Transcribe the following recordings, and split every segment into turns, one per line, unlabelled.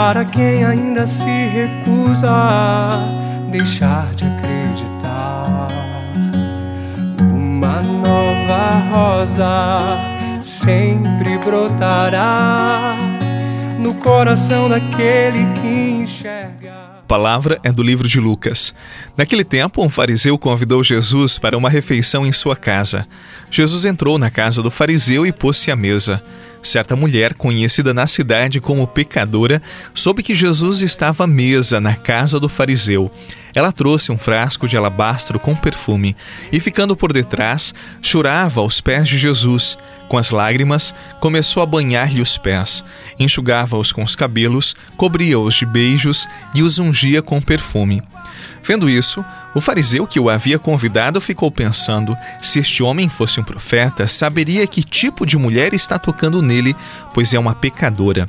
Para quem ainda se recusa a deixar de acreditar, uma nova rosa sempre brotará no coração daquele que enxerga.
A palavra é do livro de Lucas. Naquele tempo, um fariseu convidou Jesus para uma refeição em sua casa. Jesus entrou na casa do fariseu e pôs-se à mesa. Certa mulher, conhecida na cidade como pecadora, soube que Jesus estava à mesa na casa do fariseu. Ela trouxe um frasco de alabastro com perfume e, ficando por detrás, chorava aos pés de Jesus. Com as lágrimas, começou a banhar-lhe os pés, enxugava-os com os cabelos, cobria-os de beijos e os ungia com perfume. Vendo isso, o fariseu que o havia convidado ficou pensando: se este homem fosse um profeta, saberia que tipo de mulher está tocando nele, pois é uma pecadora.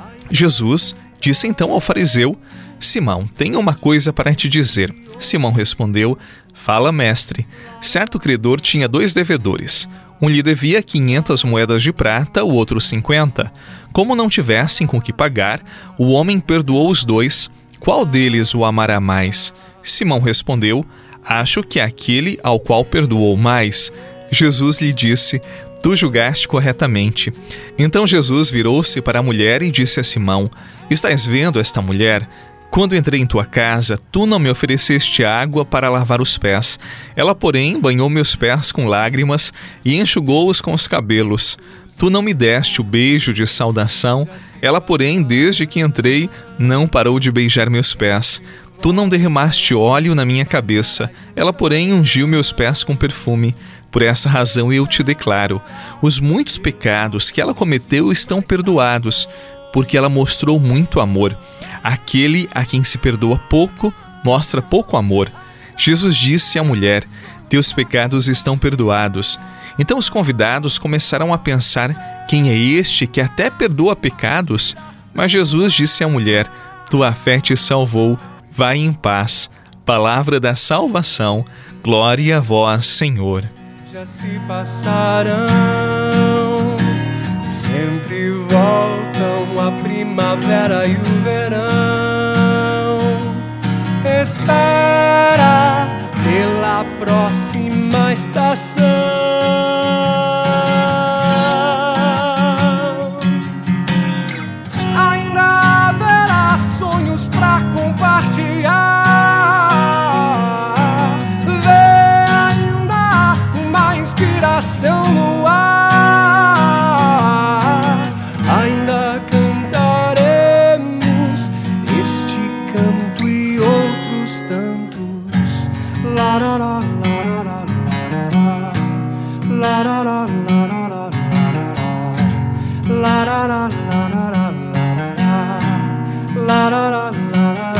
Jesus disse então ao fariseu: Simão, tenho uma coisa para te dizer. Simão respondeu: Fala, mestre. Certo credor tinha 2 devedores. Um lhe devia 500 moedas de prata, o outro 50. Como não tivessem com que pagar, o homem perdoou os 2. Qual deles o amará mais? Simão respondeu: Acho que é aquele ao qual perdoou mais. Jesus lhe disse: Tu julgaste corretamente. Então Jesus virou-se para a mulher e disse a Simão: Estás vendo esta mulher? Quando entrei em tua casa, tu não me ofereceste água para lavar os pés. Ela, porém, banhou meus pés com lágrimas e enxugou-os com os cabelos. Tu não me deste o beijo de saudação. Ela, porém, desde que entrei, não parou de beijar meus pés. Tu não derramaste óleo na minha cabeça. Ela, porém, ungiu meus pés com perfume. Por essa razão eu te declaro: os muitos pecados que ela cometeu estão perdoados, porque ela mostrou muito amor. Aquele a quem se perdoa pouco, mostra pouco amor. Jesus disse à mulher: Teus pecados estão perdoados. Então os convidados começaram a pensar: quem é este que até perdoa pecados? Mas Jesus disse à mulher: Tua fé te salvou. Vai em paz. Palavra da salvação. Glória a vós, Senhor.
Já se passarão, sempre voltam a primavera e o verão. Espera pela próxima estação. Ainda haverá sonhos pra compartilhar. No ar, ainda cantaremos este canto e outros tantos. Larará, larará, larará, larará, larará, larará, larará, larará.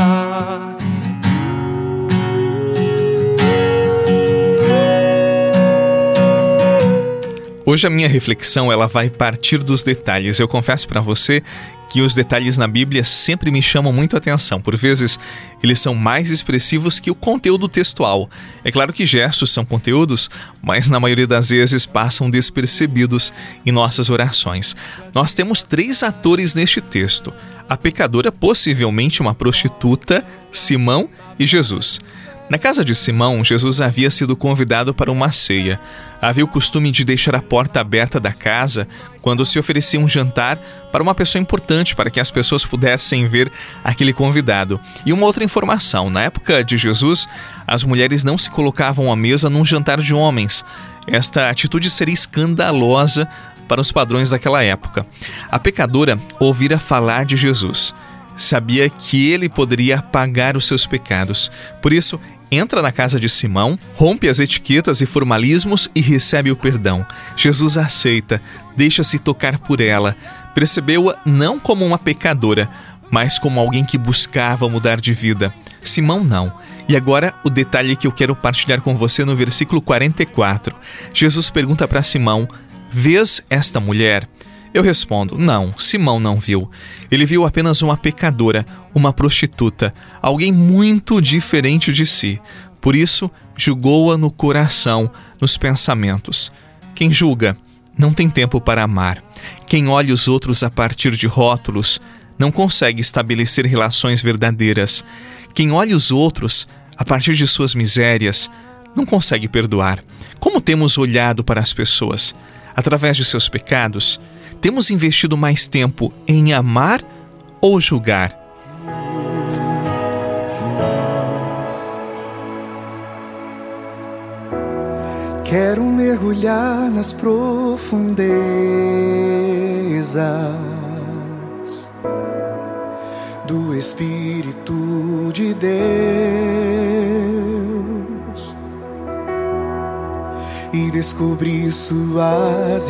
Hoje a minha reflexão ela vai partir dos detalhes. Eu confesso para você que os detalhes na Bíblia sempre me chamam muito a atenção. Por vezes, eles são mais expressivos que o conteúdo textual. É claro que gestos são conteúdos, mas na maioria das vezes passam despercebidos em nossas orações. Nós temos 3 atores neste texto: a pecadora, possivelmente uma prostituta, Simão e Jesus. Na casa de Simão, Jesus havia sido convidado para uma ceia. Havia o costume de deixar a porta aberta da casa quando se oferecia um jantar para uma pessoa importante, para que as pessoas pudessem ver aquele convidado. E uma outra informação: na época de Jesus, as mulheres não se colocavam à mesa num jantar de homens. Esta atitude seria escandalosa para os padrões daquela época. A pecadora ouvira falar de Jesus. Sabia que ele poderia apagar os seus pecados. Por isso, entra na casa de Simão, rompe as etiquetas e formalismos e recebe o perdão. Jesus a aceita, deixa-se tocar por ela. Percebeu-a não como uma pecadora, mas como alguém que buscava mudar de vida. Simão não. E agora o detalhe que eu quero partilhar com você no versículo 44. Jesus pergunta para Simão: vês esta mulher? Eu respondo: não, Simão não viu. Ele viu apenas uma pecadora, uma prostituta, alguém muito diferente de si. Por isso, julgou-a no coração, nos pensamentos. Quem julga não tem tempo para amar. Quem olha os outros a partir de rótulos não consegue estabelecer relações verdadeiras. Quem olha os outros a partir de suas misérias não consegue perdoar. Como temos olhado para as pessoas? Através de seus pecados, temos investido mais tempo em amar ou julgar?
Quero mergulhar nas profundezas do Espírito de Deus e descobrir suas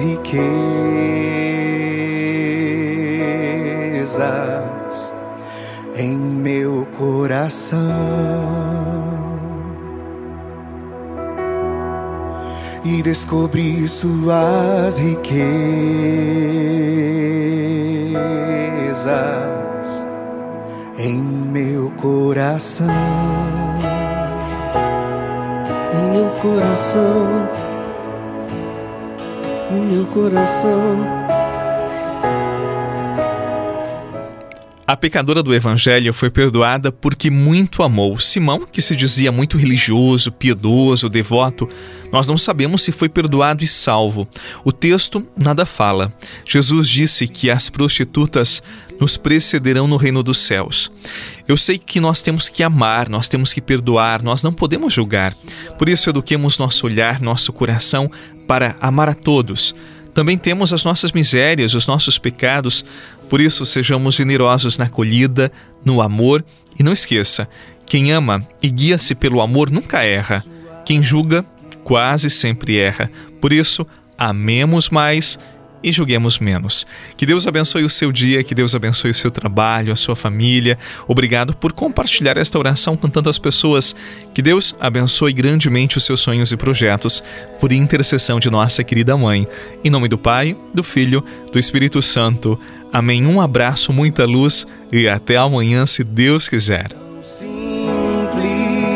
riquezas em meu coração. E descobrir suas riquezas em meu coração. Em meu coração. Em meu coração.
A pecadora do Evangelho foi perdoada porque muito amou. Simão, que se dizia muito religioso, piedoso, devoto, nós não sabemos se foi perdoado e salvo. O texto nada fala. Jesus disse que as prostitutas nos precederão no reino dos céus. Eu sei que nós temos que amar, nós temos que perdoar, nós não podemos julgar. Por isso, eduquemos nosso olhar, nosso coração para amar a todos. Também temos as nossas misérias, os nossos pecados. Por isso, sejamos generosos na acolhida, no amor. E não esqueça, quem ama e guia-se pelo amor nunca erra. Quem julga, quase sempre erra. Por isso, amemos mais e julguemos menos. Que Deus abençoe o seu dia, que Deus abençoe o seu trabalho, a sua família. Obrigado por compartilhar esta oração com tantas pessoas. Que Deus abençoe grandemente os seus sonhos e projetos por intercessão de nossa querida mãe. Em nome do Pai, do Filho, do Espírito Santo. Amém. Um abraço, muita luz e até amanhã, se Deus quiser.
Simples,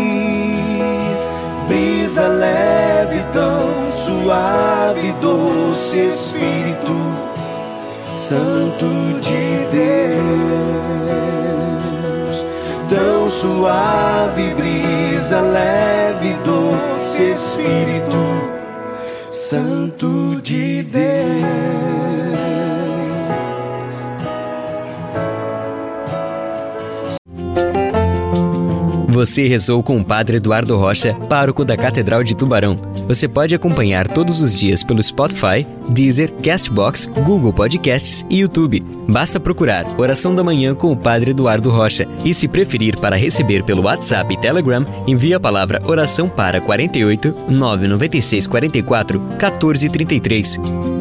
brisa leve, tão suave, doce Espírito Santo de Deus. Tão suave, brisa leve, doce Espírito Santo de Deus.
Você rezou com o Padre Eduardo Rocha, pároco da Catedral de Tubarão. Você pode acompanhar todos os dias pelo Spotify, Deezer, Castbox, Google Podcasts e YouTube. Basta procurar Oração da Manhã com o Padre Eduardo Rocha. E se preferir para receber pelo WhatsApp e Telegram, envie a palavra oração para 48 996 44 14 33.